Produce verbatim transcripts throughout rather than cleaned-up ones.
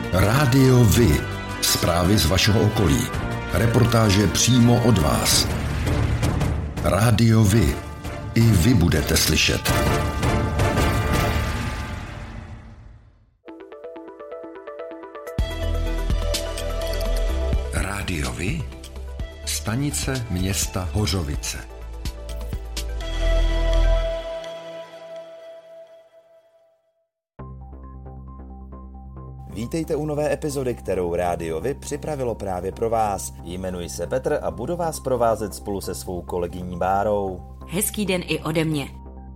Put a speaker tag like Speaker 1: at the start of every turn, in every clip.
Speaker 1: Rádio Vy. Zprávy z vašeho okolí. Reportáže přímo od vás. Rádio Vy. I vy budete slyšet. Rádio Vy. Stanice města Hořovice.
Speaker 2: Vítejte u nové epizody, kterou Rádio Vy připravilo právě pro vás. Jmenuji se Petr a budu vás provázet spolu se svou kolegyní Bárou.
Speaker 3: Hezký den i ode mě.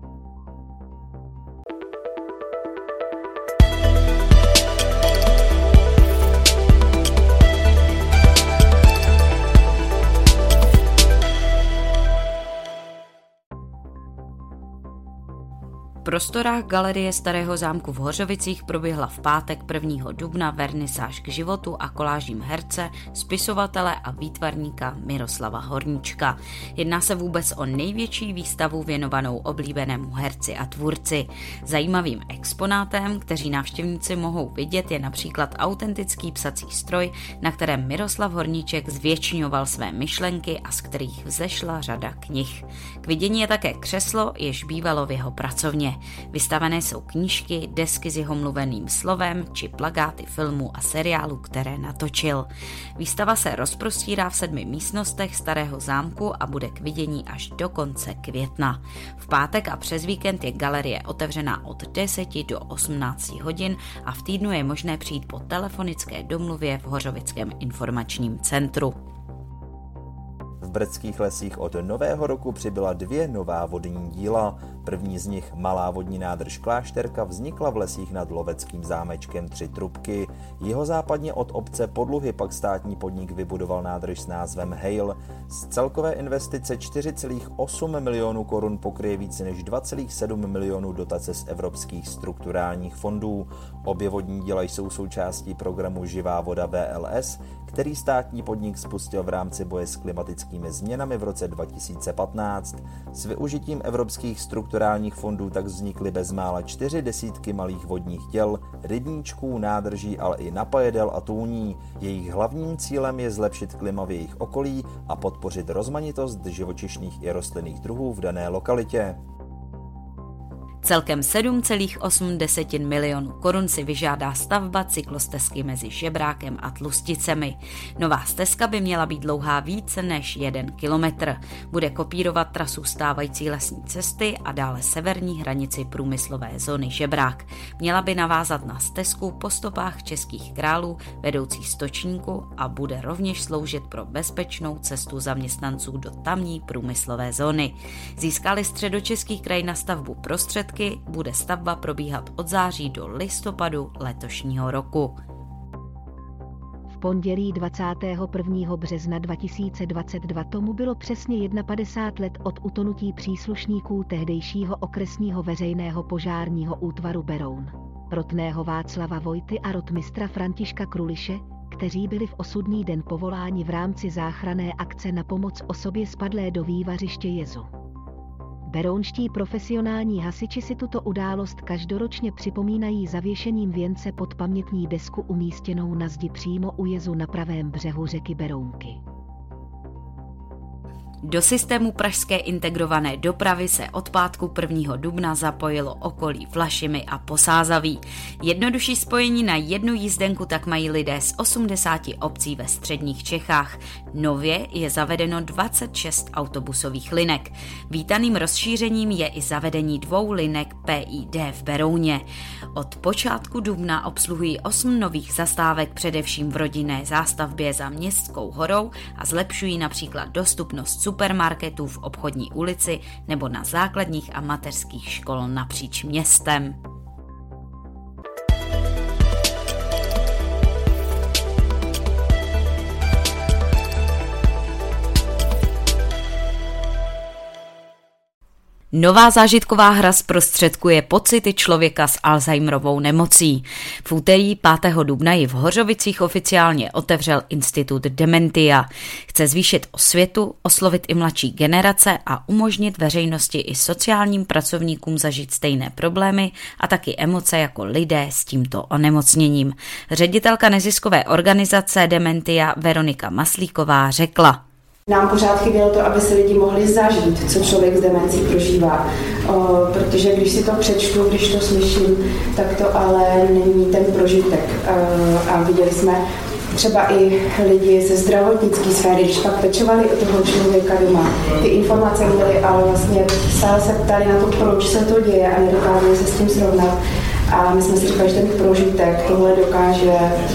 Speaker 3: V prostorách Galerie Starého zámku v Hořovicích proběhla v pátek prvního dubna vernisáž k životu a kolážím herce, spisovatele a výtvarníka Miroslava Horníčka. Jedná se vůbec o největší výstavu věnovanou oblíbenému herci a tvůrci. Zajímavým exponátem, kteří návštěvníci mohou vidět, je například autentický psací stroj, na kterém Miroslav Horníček zvětšňoval své myšlenky a z kterých vzešla řada knih. K vidění je také křeslo, jež bývalo v jeho pracovně. Vystavené jsou knížky, desky s jeho mluveným slovem či plakáty filmů a seriálů, které natočil. Výstava se rozprostírá v sedmi místnostech Starého zámku a bude k vidění až do konce května. V pátek a přes víkend je galerie otevřená od deseti do osmnácti hodin a v týdnu je možné přijít po telefonické domluvě v Hořovickém informačním centru.
Speaker 2: V Brdských lesích od nového roku přibyla dvě nová vodní díla. První z nich, malá vodní nádrž Klášterka, vznikla v lesích nad loveckým zámečkem Tři Trubky. Jihozápadně od obce Podluhy pak státní podnik vybudoval nádrž s názvem Hejl. Z celkové investice čtyři celá osm milionů korun pokryje více než dva celá sedm milionů dotace z evropských strukturálních fondů. Obě vodní díla jsou součástí programu Živá voda V L S, který státní podnik spustil v rámci boje s klimatickými změnami v roce dva tisíce patnáct. S využitím evropských strukturálních fondů tak vznikly bezmála čtyři desítky malých vodních děl, rybníčků, nádrží, ale i napajedel a tůní. Jejich hlavním cílem je zlepšit klima v jejich okolí a podpořit rozmanitost živočišných i rostlinných druhů v dané lokalitě.
Speaker 3: Celkem sedm celá osm milionů korun si vyžádá stavba cyklostezky mezi Žebrákem a Tlusticemi. Nová stezka by měla být dlouhá více než jeden kilometr. Bude kopírovat trasu stávající lesní cesty a dále severní hranici průmyslové zóny Žebrák. Měla by navázat na stezku po stopách českých králů vedoucí stočníku a bude rovněž sloužit pro bezpečnou cestu zaměstnanců do tamní průmyslové zóny. Získali Středočeský kraj na stavbu prostředky, bude stavba probíhat od září do listopadu letošního roku.
Speaker 4: V pondělí dvacátého prvního března dva tisíce dvacet dva tomu bylo přesně padesát jedna let od utonutí příslušníků tehdejšího okresního veřejného požárního útvaru Beroun, rotného Václava Vojty a rotmistra Františka Kruliše, kteří byli v osudný den povoláni v rámci záchranné akce na pomoc osobě spadlé do vývařiště jezu. Berounští profesionální hasiči si tuto událost každoročně připomínají zavěšením věnce pod pamětní desku umístěnou na zdi přímo u jezu na pravém břehu řeky Berounky.
Speaker 3: Do systému pražské integrované dopravy se od pátku prvního dubna zapojilo okolí Vlašimi a Posázaví. Jednodušší spojení na jednu jízdenku tak mají lidé z osmdesáti obcí ve středních Čechách. Nově je zavedeno dvacet šest autobusových linek. Vítaným rozšířením je i zavedení dvou linek P I D v Berouně. Od počátku dubna obsluhují osm nových zastávek především v rodinné zástavbě za Městskou horou a zlepšují například dostupnost supermarketů v obchodní ulici nebo na základních a mateřských škol napříč městem. Nová zážitková hra zprostředkuje pocity člověka s Alzheimerovou nemocí. V úterý pátého dubna ji v Hořovicích oficiálně otevřel Institut Dementia. Chce zvýšit osvětu, oslovit i mladší generace a umožnit veřejnosti i sociálním pracovníkům zažít stejné problémy a taky emoce jako lidé s tímto onemocněním. Ředitelka neziskové organizace Dementia Veronika Maslíková řekla:
Speaker 5: Nám pořád chybělo to, aby si lidi mohli zažít, co člověk s demencí prožívá. O, protože když si to přečtu, když to slyším, tak to ale není ten prožitek. O, a viděli jsme třeba i lidi ze zdravotnické sféry, když pak pečovali o toho člověka doma. Ty informace měli, ale vlastně stále se ptali na to, proč se to děje a nedokázali se s tím srovnat. A my jsme si říkali, že ten prožitek tohle dokáže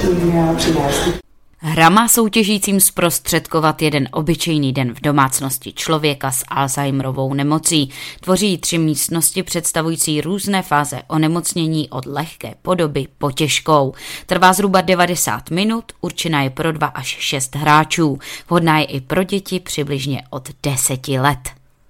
Speaker 5: přinést.
Speaker 3: Hra má soutěžícím zprostředkovat jeden obyčejný den v domácnosti člověka s Alzheimerovou nemocí. Tvoří tři místnosti představující různé fáze onemocnění od lehké podoby po těžkou. Trvá zhruba devadesát minut, určená je pro dva až šest hráčů. Vhodná je i pro děti přibližně od deseti let.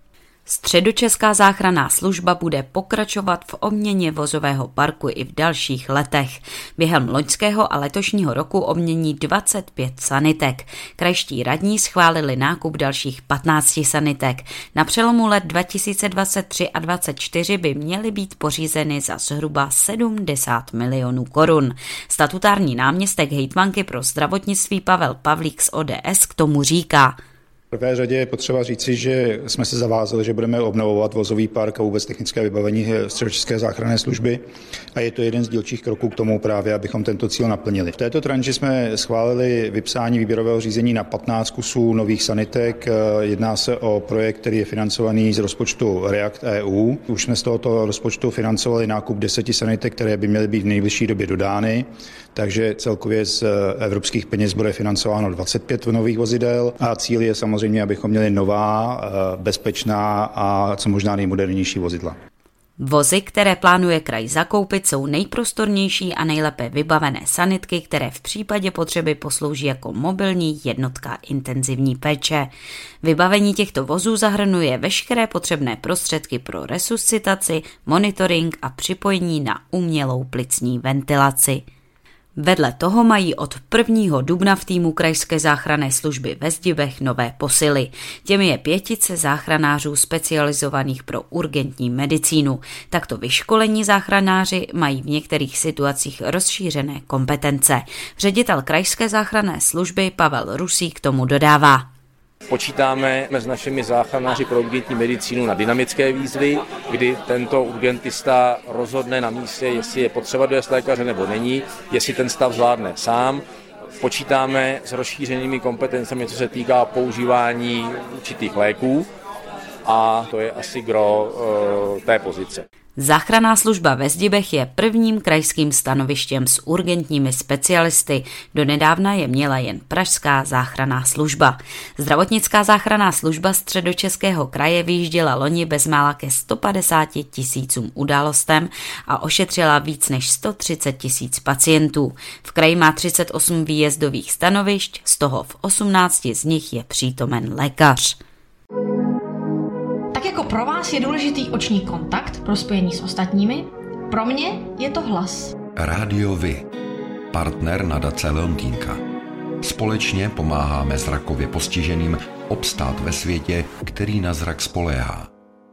Speaker 3: Středočeská záchranná služba bude pokračovat v obměně vozového parku i v dalších letech. Během loňského a letošního roku obmění dvacet pět sanitek. Krajští radní schválili nákup dalších patnáct sanitek. Na přelomu let dva tisíce dvacet tři a dvacet čtyři by měly být pořízeny za zhruba sedmdesát milionů korun. Statutární náměstek hejtmanky pro zdravotnictví Pavel Pavlík z O D S k tomu říká:
Speaker 6: V prvé řadě je potřeba říci, že jsme se zavázali, že budeme obnovovat vozový park a vůbec technické vybavení Středočeské záchranné služby a je to jeden z dílčích kroků k tomu právě, abychom tento cíl naplnili. V této tranži jsme schválili vypsání výběrového řízení na patnáct kusů nových sanitek. Jedná se o projekt, který je financovaný z rozpočtu React E U. Už jsme z tohoto rozpočtu financovali nákup deseti sanitek, které by měly být v nejbližší době dodány, takže celkově z evropských peněz bude financováno dvacet pět nových vozidel a cíl je samozřejmě Samozřejmě, abychom měli nová, bezpečná a co možná nejmodernější vozidla.
Speaker 3: Vozy, které plánuje kraj zakoupit, jsou nejprostornější a nejlépe vybavené sanitky, které v případě potřeby poslouží jako mobilní jednotka intenzivní péče. Vybavení těchto vozů zahrnuje veškeré potřebné prostředky pro resuscitaci, monitoring a připojení na umělou plicní ventilaci. Vedle toho mají od prvního dubna v týmu krajské záchranné služby ve Zdibech nové posily. Těmi je pětice záchranářů specializovaných pro urgentní medicínu. Takto vyškolení záchranáři mají v některých situacích rozšířené kompetence. Ředitel krajské záchranné služby Pavel Rusík k tomu dodává:
Speaker 7: Počítáme s našimi záchranáři pro urgentní medicínu na dynamické výzvy, kdy tento urgentista rozhodne na místě, jestli je potřeba dojezd lékaře nebo není, jestli ten stav zvládne sám. Počítáme s rozšířenými kompetencemi, co se týká používání určitých léků a to je asi gro e, té pozice.
Speaker 3: Záchranná služba ve Zdibech je prvním krajským stanovištěm s urgentními specialisty. Donedávna je měla jen pražská záchranná služba. Zdravotnická záchranná služba Středočeského kraje vyjížděla loni bezmála ke sto padesáti tisícům událostem a ošetřila víc než sto třicet tisíc pacientů. V kraji má třicet osm výjezdových stanovišť, z toho v osmnácti z nich je přítomen lékař.
Speaker 8: Tak jako pro vás je důležitý oční kontakt pro spojení s ostatními, pro mě je to hlas.
Speaker 1: Rádio Vy, partner nadace Leontýnka. Společně pomáháme zrakově postiženým obstát ve světě, který na zrak spoléhá.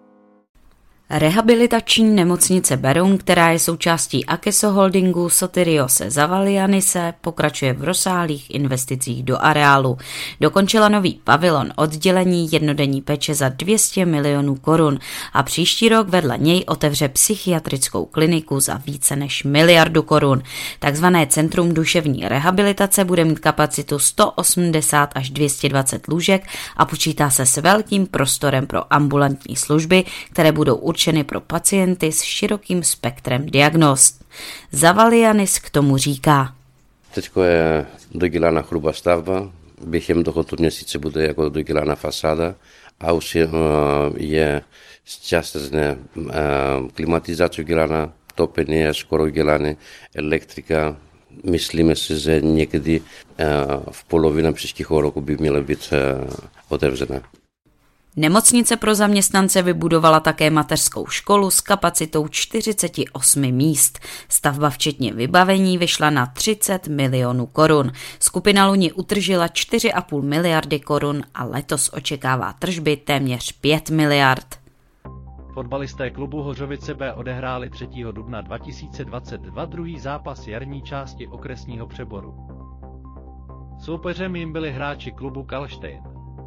Speaker 3: Rehabilitační nemocnice Beroun, která je součástí Akeso holdingu Sotiriose Zavalianise, pokračuje v rozsáhlých investicích do areálu. Dokončila nový pavilon oddělení jednodenní péče za dvě stě milionů korun a příští rok vedle něj otevře psychiatrickou kliniku za více než miliardu korun. Takzvané Centrum duševní rehabilitace bude mít kapacitu sto osmdesát až dvě stě dvacet lůžek a počítá se s velkým prostorem pro ambulantní služby, které budou určeny pro pacienty s širokým spektrem diagnóz. Zavalianis k tomu říká:
Speaker 9: Teďko je dodělána hrubá stavba, během tohoto měsíce bude jako dodělána fasáda a už je, je částečně klimatizace udělána, topení je skoro udělané, elektrika. Myslíme si, že někdy v polovině příštího roku by měla být otevřena.
Speaker 3: Nemocnice pro zaměstnance vybudovala také mateřskou školu s kapacitou čtyřicet osm míst. Stavba včetně vybavení vyšla na třicet milionů korun. Skupina loni utržila čtyři a půl miliardy korun a letos očekává tržby téměř pět miliard.
Speaker 10: Fotbalisté klubu Hořovice B odehráli třetího dubna dva tisíce dvacet dva druhý zápas jarní části okresního přeboru. Soupeřem jim byli hráči klubu Karlštejn.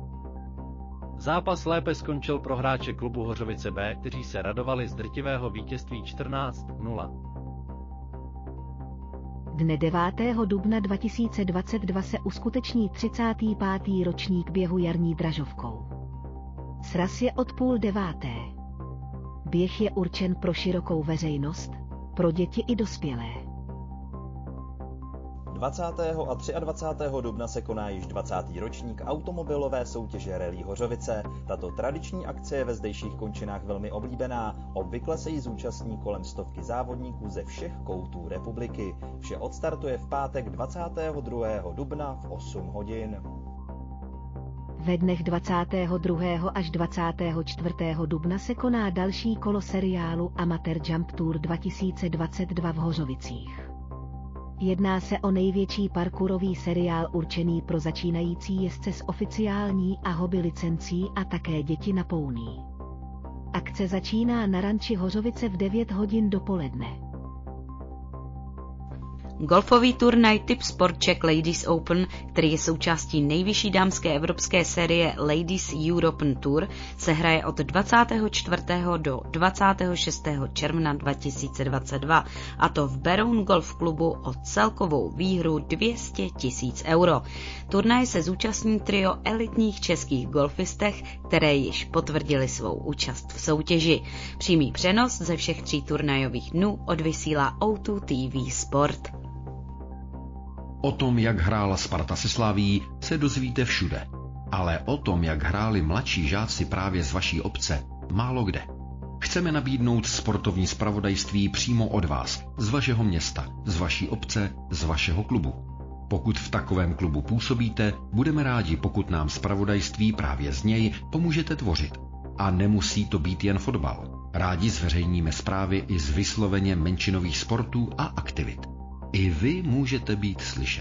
Speaker 10: Zápas lépe skončil pro hráče klubu Hořovice B, kteří se radovali z drtivého vítězství čtrnáct nula.
Speaker 4: Dne devátého dubna dva tisíce dvacet dva se uskuteční třicátý pátý ročník běhu jarní Dražovkou. Sraz je od půl deváté. Běh je určen pro širokou veřejnost, pro děti i dospělé.
Speaker 2: dvacátého a dvacátého třetího dubna se koná již dvacátý ročník automobilové soutěže Rally Hořovice. Tato tradiční akce je ve zdejších končinách velmi oblíbená. Obvykle se jí zúčastní kolem stovky závodníků ze všech koutů republiky. Vše odstartuje v pátek dvacátého druhého dubna v osm hodin.
Speaker 4: Ve dnech dvacátého druhého až dvacátého čtvrtého dubna se koná další kolo seriálu Amateur Jump Tour dva tisíce dvacet dva v Hořovicích. Jedná se o největší parkourový seriál určený pro začínající jezdce s oficiální a hobby licencí a také děti na pouní. Akce začíná na ranči Hořovice v devět hodin dopoledne.
Speaker 3: Golfový turnaj Tip Sport Czech Ladies Open, který je součástí nejvyšší dámské evropské série Ladies European Tour, se hraje od dvacátého čtvrtého do dvacátého šestého června dva tisíce dvacet dva, a to v Beroun Golf klubu o celkovou výhru dvě stě tisíc euro. Turnaje se zúčastní trio elitních českých golfistech, které již potvrdili svou účast v soutěži. Přímý přenos ze všech tří turnajových dnů odvysílá O dva T V Sport.
Speaker 1: O tom, jak hrála Sparta se Slavií, se dozvíte všude. Ale o tom, jak hráli mladší žáci právě z vaší obce, málo kde. Chceme nabídnout sportovní zpravodajství přímo od vás, z vašeho města, z vaší obce, z vašeho klubu. Pokud v takovém klubu působíte, budeme rádi, pokud nám zpravodajství právě z něj pomůžete tvořit. A nemusí to být jen fotbal. Rádi zveřejníme zprávy i z vysloveně menšinových sportů a aktivit. I vy můžete být slyšet.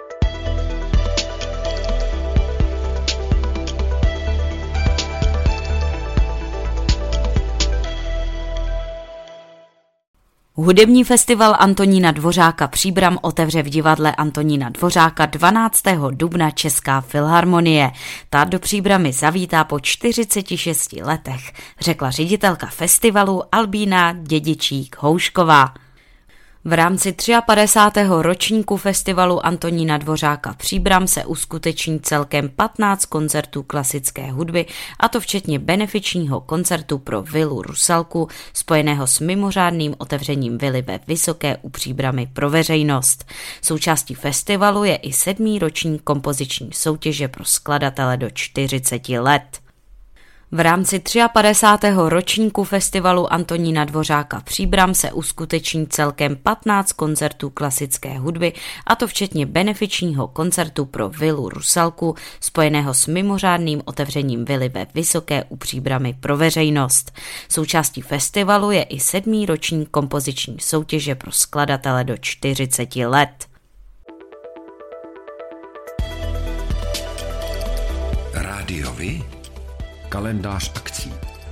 Speaker 3: Hudební festival Antonína Dvořáka Příbram otevře v divadle Antonína Dvořáka dvanáctého dubna Česká filharmonie. Ta do Příbramy zavítá po čtyřiceti šesti letech, řekla ředitelka festivalu Albína Dědičík-Houšková. V rámci padesátého třetího ročníku festivalu Antonína Dvořáka Příbram se uskuteční celkem patnáct koncertů klasické hudby, a to včetně benefičního koncertu pro vilu Rusalku, spojeného s mimořádným otevřením vily ve Vysoké u Příbramy pro veřejnost. Součástí festivalu je i sedmý ročník kompoziční soutěže pro skladatele do čtyřiceti let. V rámci padesátého třetího ročníku festivalu Antonína Dvořáka Příbram se uskuteční celkem patnáct koncertů klasické hudby, a to včetně benefičního koncertu pro vilu Rusalku, spojeného s mimořádným otevřením vily ve Vysoké u Příbramy pro veřejnost. Součástí festivalu je i sedmý ročník kompoziční soutěže pro skladatele do čtyřiceti let.
Speaker 1: Rádio Vy? Kalendář akcí.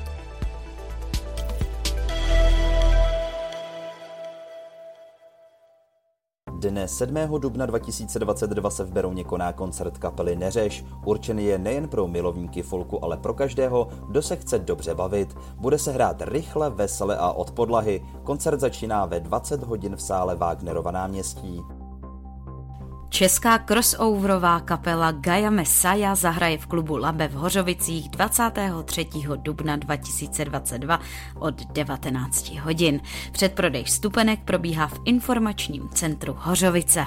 Speaker 2: Dne sedmého dubna dva tisíce dvacet dva se v Berouně koná koncert kapely Neřeš. Určený je nejen pro milovníky folku, ale pro každého, kdo se chce dobře bavit. Bude se hrát rychle, vesele a od podlahy. Koncert začíná ve dvacet hodin v sále Wagnerova náměstí.
Speaker 3: Česká crossoverová kapela Gaia Messiah zahraje v klubu Labe v Hořovicích dvacátého třetího dubna dva tisíce dvacet dva od devatenácti hodin. Předprodej vstupenek probíhá v informačním centru Hořovice.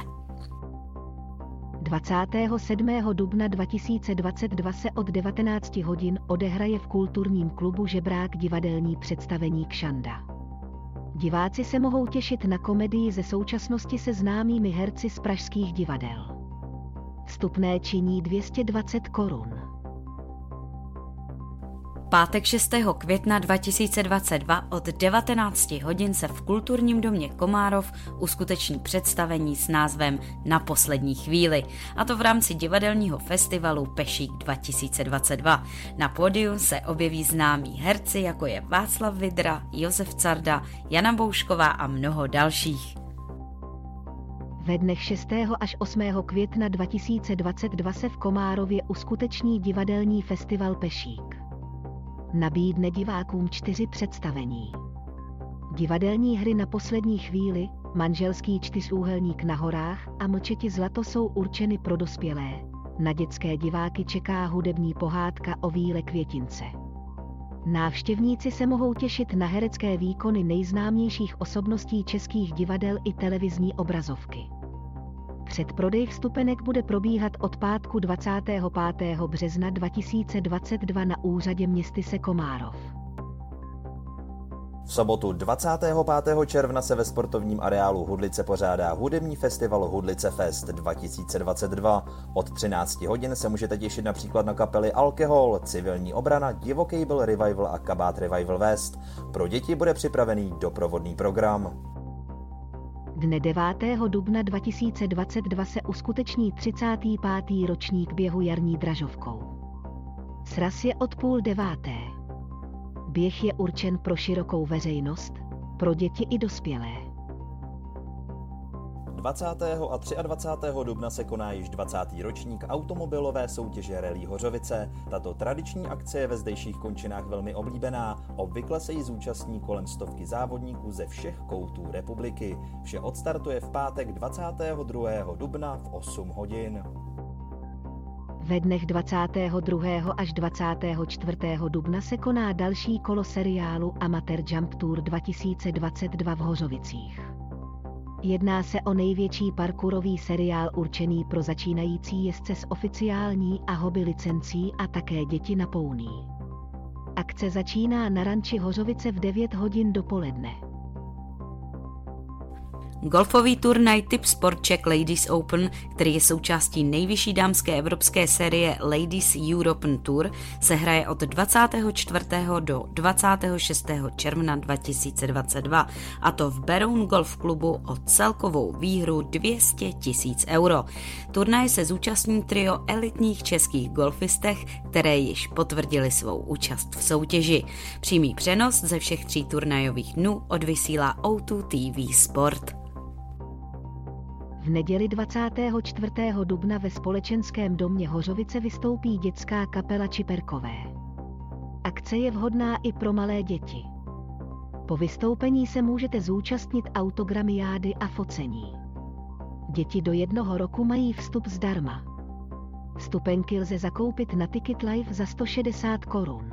Speaker 4: dvacátého sedmého dubna dva tisíce dvacet dva se od devatenácti hodin odehraje v kulturním klubu Žebrák divadelní představení Kšanda. Diváci se mohou těšit na komedii ze současnosti se známými herci z pražských divadel. Vstupné činí dvě stě dvacet korun.
Speaker 3: Pátek šestého května dva tisíce dvacet dva od devatenácti hodin se v Kulturním domě Komárov uskuteční představení s názvem Na poslední chvíli, a to v rámci divadelního festivalu Pešík dva tisíce dvacet dva. Na pódiu se objeví známí herci, jako je Václav Vidra, Josef Carda, Jana Boušková a mnoho dalších.
Speaker 4: Ve dnech šestého až osmého května dva tisíce dvacet dva se v Komárově uskuteční divadelní festival Pešík. Nabídne divákům čtyři představení. Divadelní hry Na poslední chvíli, Manželský čtyřúhelník na horách a Mlčeti zlato jsou určeny pro dospělé. Na dětské diváky čeká hudební pohádka o Víle Květince. Návštěvníci se mohou těšit na herecké výkony nejznámějších osobností českých divadel i televizní obrazovky. Předprodej vstupenek bude probíhat od pátku dvacátého pátého března dva tisíce dvacet dva na úřadě městyse Komárov.
Speaker 2: V sobotu dvacátého pátého června se ve sportovním areálu Hudlice pořádá hudební festival Hudlice Fest dva tisíce dvacet dva. Od třinácti hodin se můžete těšit například na kapely Alkohol, Civilní obrana, Divokejbl Revival a Kabát Revival West. Pro děti bude připravený doprovodný program.
Speaker 4: Dne devátého dubna dva tisíce dvacet dva se uskuteční třicátý pátý ročník běhu jarní dražovkou. Sraz je od půl deváté. Běh je určen pro širokou veřejnost, pro děti i dospělé.
Speaker 2: dvacátého a dvacátého třetího dubna se koná již dvacátý ročník automobilové soutěže Rally Hořovice. Tato tradiční akce je ve zdejších končinách velmi oblíbená. Obvykle se jí zúčastní kolem stovky závodníků ze všech koutů republiky. Vše odstartuje v pátek dvacátého druhého dubna v osm hodin.
Speaker 4: Ve dnech dvacátého druhého až dvacátého čtvrtého dubna se koná další kolo seriálu Amateur Jump Tour dva tisíce dvacet dva v Hořovicích. Jedná se o největší parkourový seriál určený pro začínající jezdce s oficiální a hobby licencí a také děti na pouní. Akce začíná na ranči Hořovice v devět hodin dopoledne.
Speaker 3: Golfový turnaj Tip Sport Czech Ladies Open, který je součástí nejvyšší dámské evropské série Ladies European Tour, se hraje od dvacátého čtvrtého do dvacátého šestého června dva tisíce dvacet dva, a to v Beroun Golf klubu o celkovou výhru dvě stě tisíc euro. Turnaj se zúčastní trio elitních českých golfistech, které již potvrdili svou účast v soutěži. Přímý přenos ze všech tří turnajových dnů odvysílá O dva T V Sport.
Speaker 4: V neděli dvacátého čtvrtého dubna ve Společenském domě Hořovice vystoupí dětská kapela Čiperkové. Akce je vhodná i pro malé děti. Po vystoupení se můžete zúčastnit autogramiády a focení. Děti do jednoho roku mají vstup zdarma. Vstupenky lze zakoupit na Ticket Live za sto šedesát korun.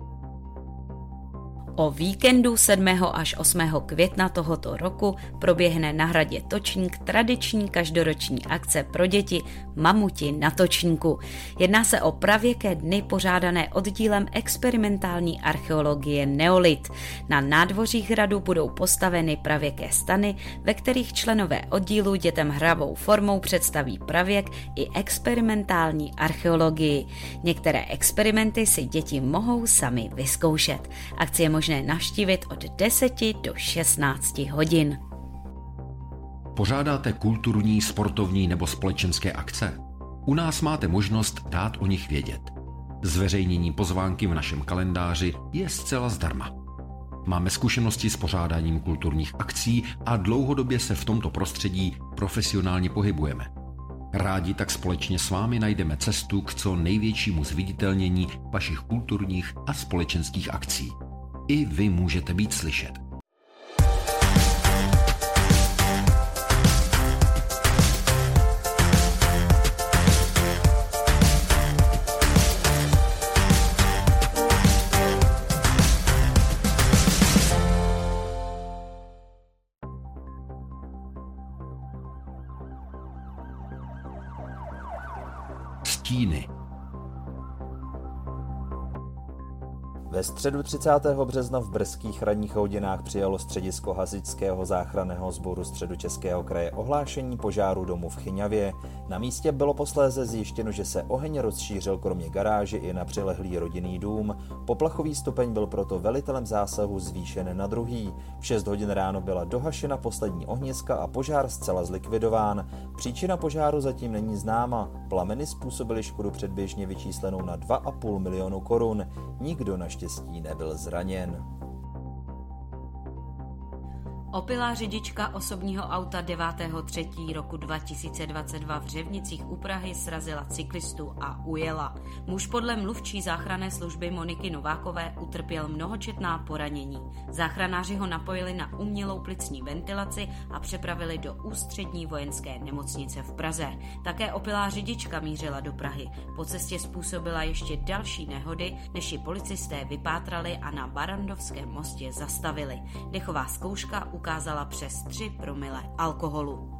Speaker 3: O víkendu sedmého až osmého května tohoto roku proběhne na hradě Točník tradiční každoroční akce pro děti Mamuti na Točníku. Jedná se o pravěké dny pořádané oddílem experimentální archeologie Neolit. Na nádvořích hradu budou postaveny pravěké stany, ve kterých členové oddílu dětem hravou formou představí pravěk i experimentální archeologii. Některé experimenty si děti mohou sami vyzkoušet. Akci je možné navštívit od deseti do šestnácti hodin.
Speaker 1: Pořádáte kulturní, sportovní nebo společenské akce? U nás máte možnost dát o nich vědět. Zveřejnění pozvánky v našem kalendáři je zcela zdarma. Máme zkušenosti s pořádáním kulturních akcí a dlouhodobě se v tomto prostředí profesionálně pohybujeme. Rádi tak společně s vámi najdeme cestu k co největšímu zviditelnění vašich kulturních a společenských akcí. I vy můžete být slyšet. Stíny.
Speaker 2: Ve středu třicátého března v brzkých ranních hodinách přijalo středisko hasičského záchranného sboru Středočeského kraje ohlášení požáru domu v Chyňavě. Na místě bylo posléze zjištěno, že se oheň rozšířil kromě garáže i na přilehlý rodinný dům. Poplachový stupeň byl proto velitelem zásahu zvýšen na druhý. V šest hodin ráno byla dohašena poslední ohniska a požár zcela zlikvidován. Příčina požáru zatím není známa. Plameny způsobily škodu předběžně vyčíslenou na dva a půl milionu korun. Nikdo naštěstí nebyl zraněn.
Speaker 3: Opilá řidička osobního auta devátého třetího roku dva tisíce dvacet dva v Řevnicích u Prahy srazila cyklistu a ujela. Muž podle mluvčí záchranné služby Moniky Novákové utrpěl mnohočetná poranění. Záchranáři ho napojili na umělou plicní ventilaci a přepravili do ústřední vojenské nemocnice v Praze. Také opilá řidička mířila do Prahy. Po cestě způsobila ještě další nehody, než ji policisté vypátrali a na Barandovském mostě zastavili. Dechová zkouška ukázala přes tři promile alkoholu.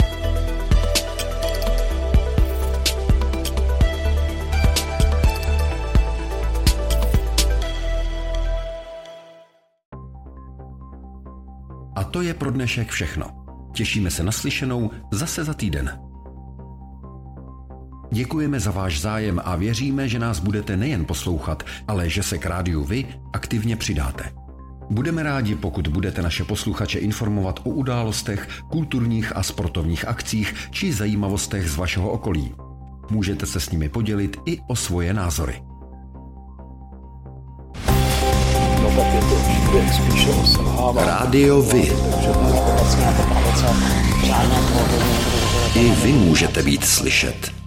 Speaker 1: A to je pro dnešek všechno. Těšíme se na slyšenou zase za týden. Děkujeme za váš zájem a věříme, že nás budete nejen poslouchat, ale že se k rádiu vy aktivně přidáte. Budeme rádi, pokud budete naše posluchače informovat o událostech, kulturních a sportovních akcích či zajímavostech z vašeho okolí. Můžete se s nimi podělit i o svoje názory.
Speaker 11: No tak je to příběh spíše o selhávání.
Speaker 1: Rádio Vy. I vy můžete být slyšet.